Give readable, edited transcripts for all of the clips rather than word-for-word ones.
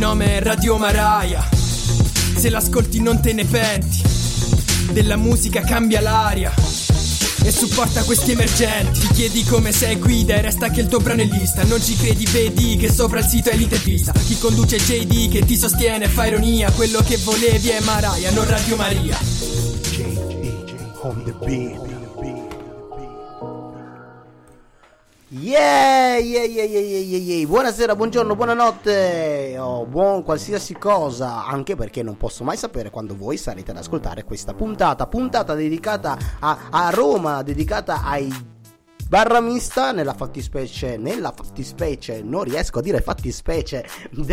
nome è Radio Maraia. Se l'ascolti non te ne penti, della musica cambia l'aria e supporta questi emergenti. Ti chiedi come sei, guida e resta che il tuo brano è lista. Non ci credi, vedi che sopra il sito è l'intervista. Chi conduce JD che ti sostiene fa ironia. Quello che volevi è Maraia, non Radio Maria. JD on the beat. Buonasera, buongiorno, buonanotte o buon qualsiasi cosa, anche perché non posso mai sapere quando voi sarete ad ascoltare questa puntata dedicata a Roma, dedicata ai barra mista, nella fattispecie non riesco a dire fattispecie,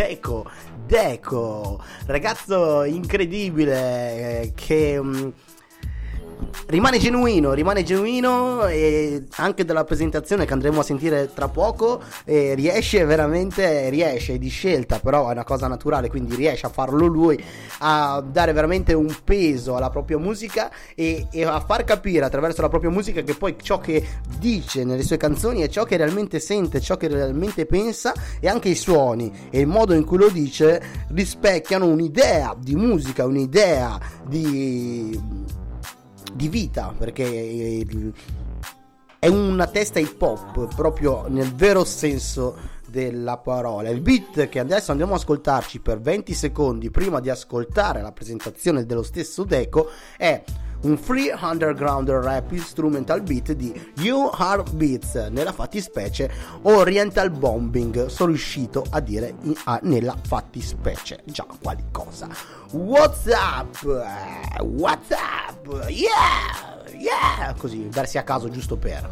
Deco, ragazzo incredibile che rimane genuino e anche dalla presentazione che andremo a sentire tra poco riesce di scelta, però è una cosa naturale, quindi riesce a farlo lui, a dare veramente un peso alla propria musica e a far capire attraverso la propria musica che poi ciò che dice nelle sue canzoni è ciò che realmente sente, ciò che realmente pensa, e anche i suoni e il modo in cui lo dice rispecchiano un'idea di musica, un'idea di vita, perché è una testa hip hop proprio nel vero senso della parola. Il beat che adesso andiamo a ascoltarci per 20 secondi prima di ascoltare la presentazione dello stesso Deco è un free underground rap instrumental beat di You Heart Beats, nella fattispecie Oriental Bombing. Sono riuscito a dire nella fattispecie già qualcosa. What's up? Yeah, così darsi a caso giusto per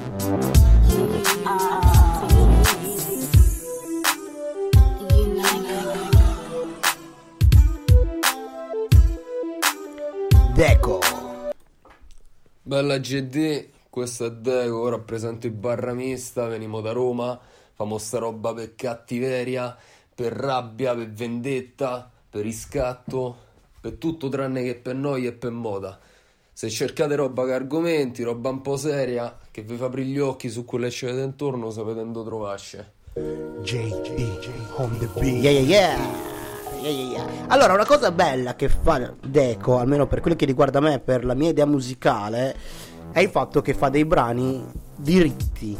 Deco. Bella GD, questo è Deco, rappresento il barra mista, venimo da Roma, famo sta roba per cattiveria, per rabbia, per vendetta, per riscatto, per tutto tranne che per noi e per moda. Se cercate roba che argomenti, roba un po' seria, che vi fa aprire gli occhi su quello che ci avete intorno, sapete dove trovarci. JD on the beat. Yeah. Allora, una cosa bella che fa Deco, almeno per quello che riguarda me, per la mia idea musicale, è il fatto che fa dei brani diretti,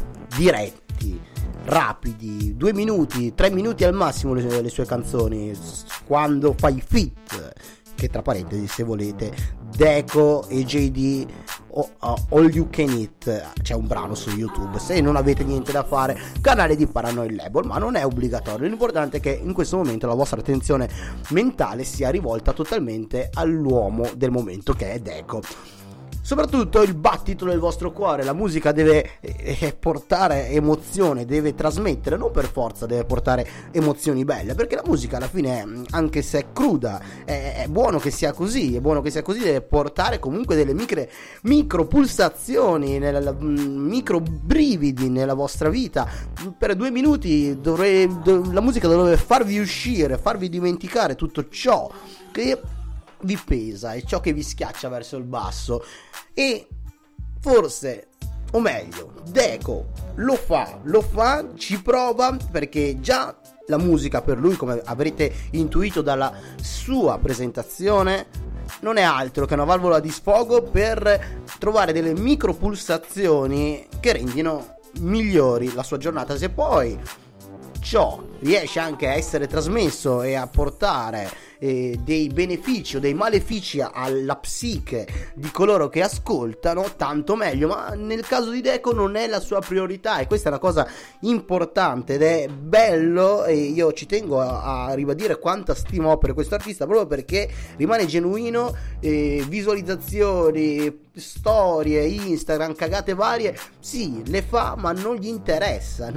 rapidi, 2 minuti, 3 minuti al massimo le sue canzoni, quando fa i feat, che tra parentesi, se volete, Deco e JD All You Can Eat, c'è un brano su YouTube, se non avete niente da fare, canale di Paranoid Label, ma non è obbligatorio. L'importante è che in questo momento la vostra attenzione mentale sia rivolta totalmente all'uomo del momento, che è Deco. Soprattutto il battito del vostro cuore, la musica deve portare emozione, deve trasmettere, non per forza deve portare emozioni belle, perché la musica alla fine, anche se è cruda, è buono che sia così, deve portare comunque delle micro pulsazioni, micro brividi nella vostra vita. Per 2 minuti la musica dovrebbe farvi uscire, farvi dimenticare tutto ciò che vi pesa e ciò che vi schiaccia verso il basso. E forse, o meglio, Deco lo fa, ci prova, perché già la musica per lui, come avrete intuito dalla sua presentazione, non è altro che una valvola di sfogo per trovare delle micro pulsazioni che rendino migliori la sua giornata. Se poi ciò riesce anche a essere trasmesso e a portare dei benefici o dei malefici alla psiche di coloro che ascoltano, tanto meglio. Ma nel caso di Deco non è la sua priorità, e questa è una cosa importante ed è bello, e io ci tengo a ribadire quanta stima ho per questo artista, proprio perché rimane genuino. Visualizzazioni, storie, Instagram, cagate varie, sì, le fa, ma non gli interessa,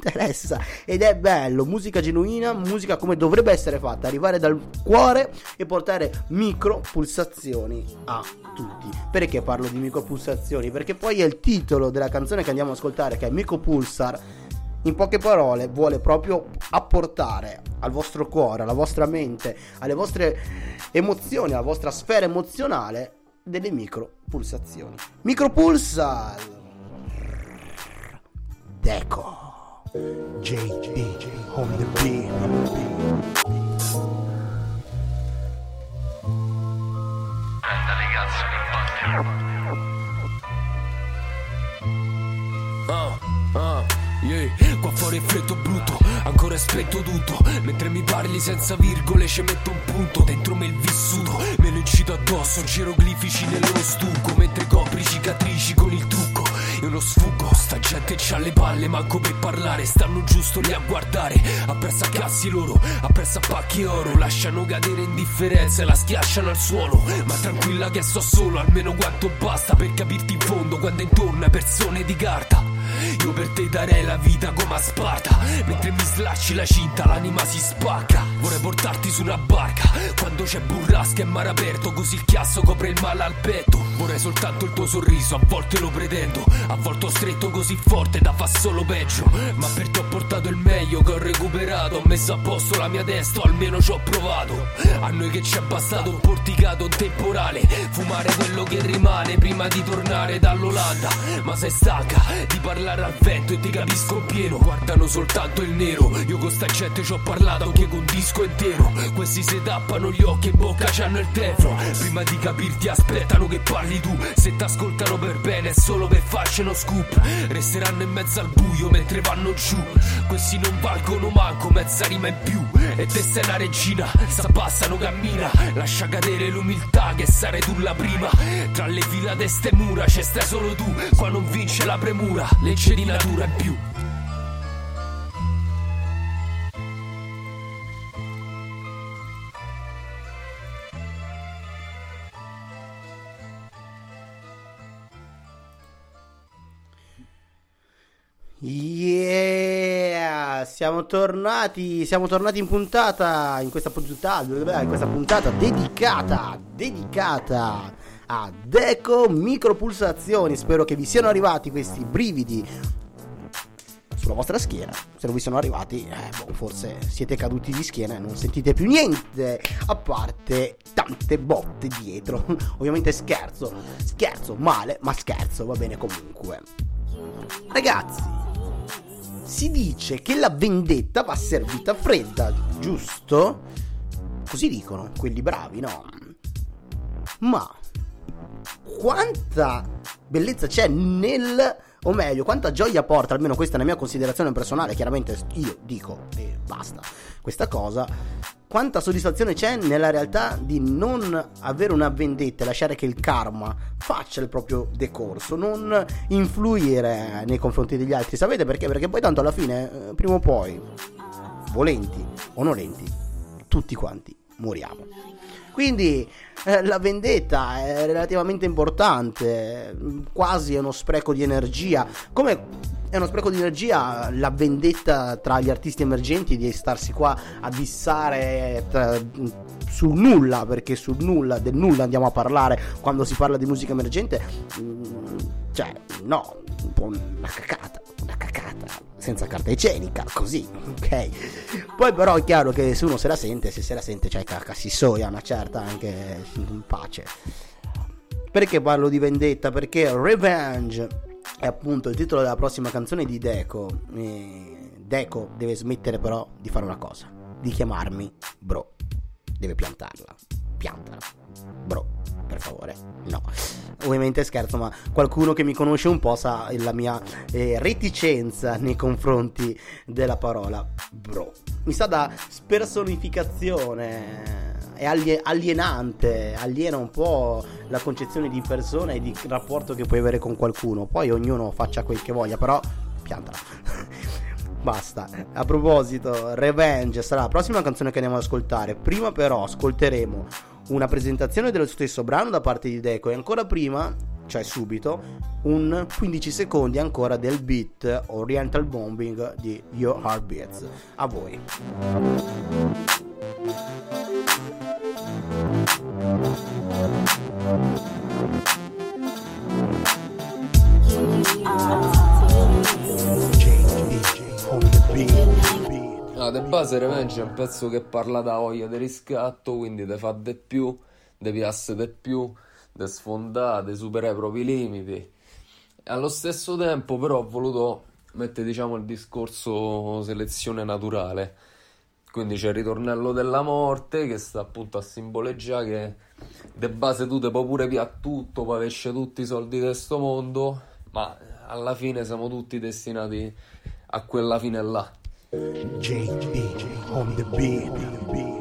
ed è bello. Musica genuina, musica come dovrebbe essere fatta, arrivare dal cuore e portare micro pulsazioni a tutti. Perché parlo di micro pulsazioni? Perché poi è il titolo della canzone che andiamo ad ascoltare, che è Micro Pulsar. In poche parole vuole proprio apportare al vostro cuore, alla vostra mente, alle vostre emozioni, alla vostra sfera emozionale delle micro pulsazioni. Micro Pulsar Deco. JD on the beat. Qua fuori è freddo brutto, ancora è spento tutto. Mentre mi parli senza virgole ci metto un punto. Dentro me il vissuto, me lo incito addosso. Geroglifici nello stucco, mentre copri cicatrici con il trucco. Io non sfuggo, sta gente c'ha le palle, manco per parlare. Stanno giusto lì a guardare, appresso a cazzi loro, appresso a pacchi oro. Lasciano cadere indifferenza e la schiacciano al suolo. Ma tranquilla che sto solo, almeno quanto basta per capirti in fondo quando intorno hai persone di carta. Io per te darei la vita come a Sparta. Mentre mi slacci la cinta l'anima si spacca. Vorrei portarti su una barca quando c'è burrasca e mare aperto, così il chiasso copre il male al petto. Vorrei soltanto il tuo sorriso, a volte lo pretendo, a volte ho stretto così forte da fa solo peggio. Ma per te ho portato il meglio che ho recuperato. Ho messo a posto la mia testa, o almeno ci ho provato. A noi che ci è bastato un porticato, un temporale, fumare quello che rimane prima di tornare dall'Olanda. Ma sei stanca di parlare al vento e ti capisco pieno. Guardano soltanto il nero, io con sta gente ci ho parlato anche con un disco intero. Questi si tappano gli occhi e in bocca c'hanno il teflon. Prima di capirti aspettano che parli tu. Se t'ascoltano per bene è solo per farci uno scoop. Resteranno in mezzo al buio mentre vanno giù. Questi non valgono manco mezza rima in più. E te sei una regina, s'abbassano cammina. Lascia cadere l'umiltà che sarai tu la prima. Tra le fila de ste mura c'è stai solo tu. Qua non vince la premura, legge di natura in più. Yeah, siamo tornati in puntata, in questa puntata dedicata a Deco Micropulsazioni. Spero che vi siano arrivati questi brividi sulla vostra schiena. Se non vi sono arrivati, forse siete caduti di schiena e non sentite più niente, a parte tante botte dietro. Ovviamente scherzo male, ma scherzo, va bene comunque. Ragazzi, si dice che la vendetta va servita fredda, giusto? Così dicono quelli bravi, no? Ma quanta bellezza c'è o meglio, quanta gioia porta, almeno questa è la mia considerazione personale, chiaramente io dico e basta questa cosa, quanta soddisfazione c'è nella realtà di non avere una vendetta e lasciare che il karma faccia il proprio decorso, non influire nei confronti degli altri. Sapete perché? Perché poi tanto alla fine, prima o poi, volenti o nolenti, tutti quanti moriamo. Quindi la vendetta è relativamente importante, quasi è uno spreco di energia, come è uno spreco di energia la vendetta tra gli artisti emergenti di starsi qua a dissare sul nulla, perché del nulla andiamo a parlare quando si parla di musica emergente, cioè no, un po' una cacata, senza carta igienica, così, ok? Poi però è chiaro che se uno se la sente, cioè cacca si soia una certa anche in pace. Perché parlo di vendetta? Perché Revenge è appunto il titolo della prossima canzone di Deco. Deco deve smettere però di fare una cosa, di chiamarmi bro. Deve piantala, bro, per favore, no, ovviamente scherzo, ma qualcuno che mi conosce un po' sa la mia reticenza nei confronti della parola bro. Mi sa da spersonificazione, è alienante, aliena un po' la concezione di persona e di rapporto che puoi avere con qualcuno. Poi ognuno faccia quel che voglia, però piantala. Basta. A proposito, Revenge sarà la prossima canzone che andiamo ad ascoltare. Prima però ascolteremo una presentazione dello stesso brano da parte di Deco, e ancora prima, cioè subito, un 15 secondi ancora del beat Oriental Bombing di Your Heartbeats. A voi. De base Revenge è un pezzo che parla da voglia di riscatto, quindi te fa de più, de piasse de più, de sfondare, de superare i propri limiti. E allo stesso tempo però ho voluto mettere, diciamo, il discorso selezione naturale. Quindi c'è il ritornello della morte che sta appunto a simboleggiare che de base tu te puoi pure pià tutto, puoi avesce tutti i soldi di sto mondo, ma alla fine siamo tutti destinati a quella fine là. JD on the beat.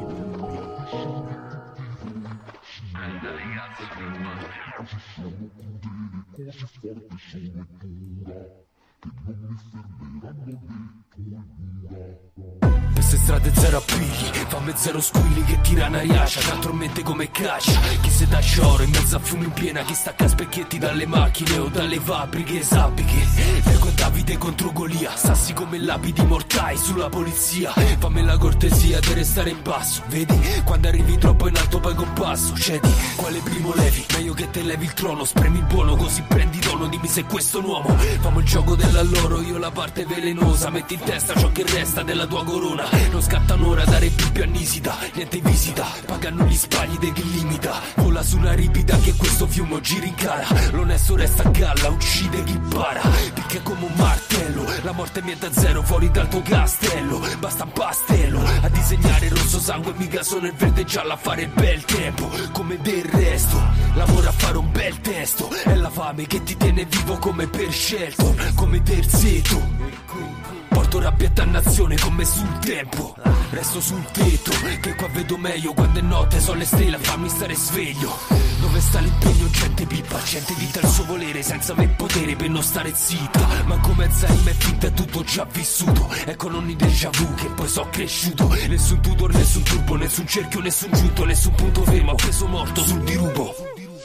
Queste strade zero appigli, fame zero squilli che tirano ariaccia, tanto mente come caccia. Chi se dà oro in mezzo a fiumi in piena, chi stacca specchietti dalle macchine o dalle fabbriche esapiche. Ecco Davide contro Golia, sassi come lapidi mortai sulla polizia. Fammi la cortesia di restare in basso, vedi? Quando arrivi troppo in alto poi compasso, cedi. Quale primo levi? Meglio che te levi il trono, spremi il buono così prendi tono, dimmi se questo è un uomo. Famo il gioco dell'alloro, io la parte velenosa, metti in testa ciò che resta della tua corona. Non scatta un'ora a dare più a Nisida, niente visita, pagano gli sbagli di chi limita. Vola su una ripida che questo fiume gira in cara. L'onesto resta a galla, uccide chi para. Picchia come un martello, la morte miente a zero fuori dal tuo castello. Basta un pastello a disegnare rosso sangue, mica sono il verde e giallo a fare il bel tempo. Come del resto, lavora a fare un bel testo. È la fame che ti tiene vivo come per Shelton, come terzeto. Porto rabbia e dannazione con me sul tempo. Resto sul tetto, che qua vedo meglio quando è notte, sono le stelle a farmi stare sveglio. Dove sta l'impegno, gente pippa, gente dita il suo volere senza aver potere per non stare zitta. Ma come Alzheimer è finta, è tutto già vissuto. Ecco non i déjà vu che poi so cresciuto. Nessun tutor, nessun turbo, nessun cerchio, nessun giunto, nessun punto fermo, ho preso morto sul dirupo.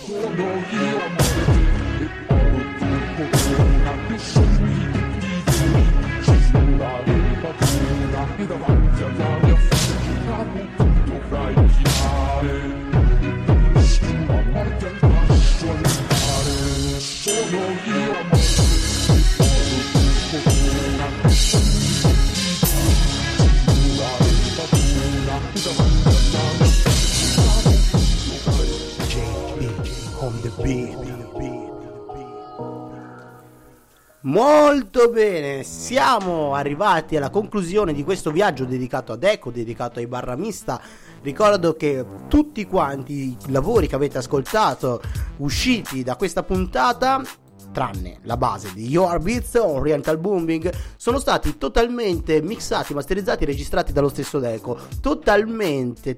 E davanti alla mia figura tutto fai girare. La morte al passo al mare. Sono io a morte e poi tutto figura e patura. E davanti alla mia figura JD on the beat. Molto bene, siamo arrivati alla conclusione di questo viaggio dedicato a Deco, dedicato ai Barramista. Ricordo che tutti quanti i lavori che avete ascoltato usciti da questa puntata, tranne la base di Your Beats o Oriental Booming, sono stati totalmente mixati, masterizzati e registrati dallo stesso Deco, totalmente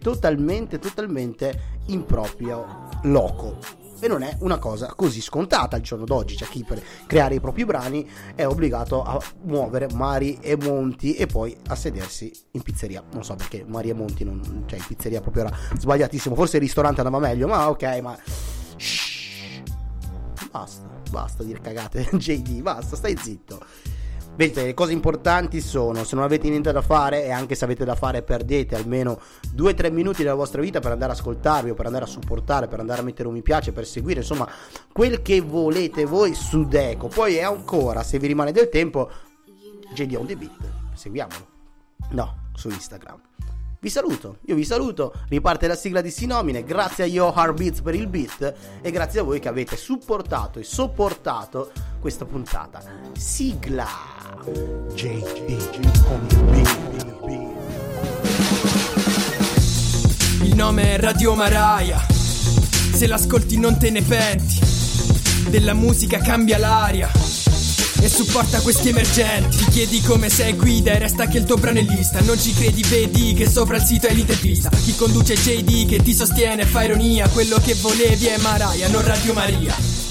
in proprio loco. E non è una cosa così scontata al giorno d'oggi. C'è chi per creare i propri brani è obbligato a muovere mari e monti e poi a sedersi in pizzeria. Non so perché mari e monti non, cioè in pizzeria proprio era sbagliatissimo. Forse il ristorante andava meglio, ma ok, ma shh, basta dire cagate. JD, basta, stai zitto. Vedete, le cose importanti sono: se non avete niente da fare, e anche se avete da fare, perdete almeno 2-3 minuti della vostra vita per andare a ascoltarvi o per andare a supportare, per andare a mettere un mi piace, per seguire insomma quel che volete voi su Deco. Poi è ancora, se vi rimane del tempo, JD on the beat, seguiamolo, no, su Instagram. Io vi saluto, riparte la sigla di Sinomine, grazie a Yo Heartbeats per il beat e grazie a voi che avete supportato e sopportato questa puntata. Sigla! JD on the beat. Il nome è Radio Maraia, se l'ascolti non te ne penti, della musica cambia l'aria e supporta questi emergenti. Ti chiedi come sei, guida e resta che il tuo brano è lista. Non ci credi, vedi che sopra il sito è l'intervista. Chi conduce JD che ti sostiene fa ironia. Quello che volevi è Maraia, non Radio Maria.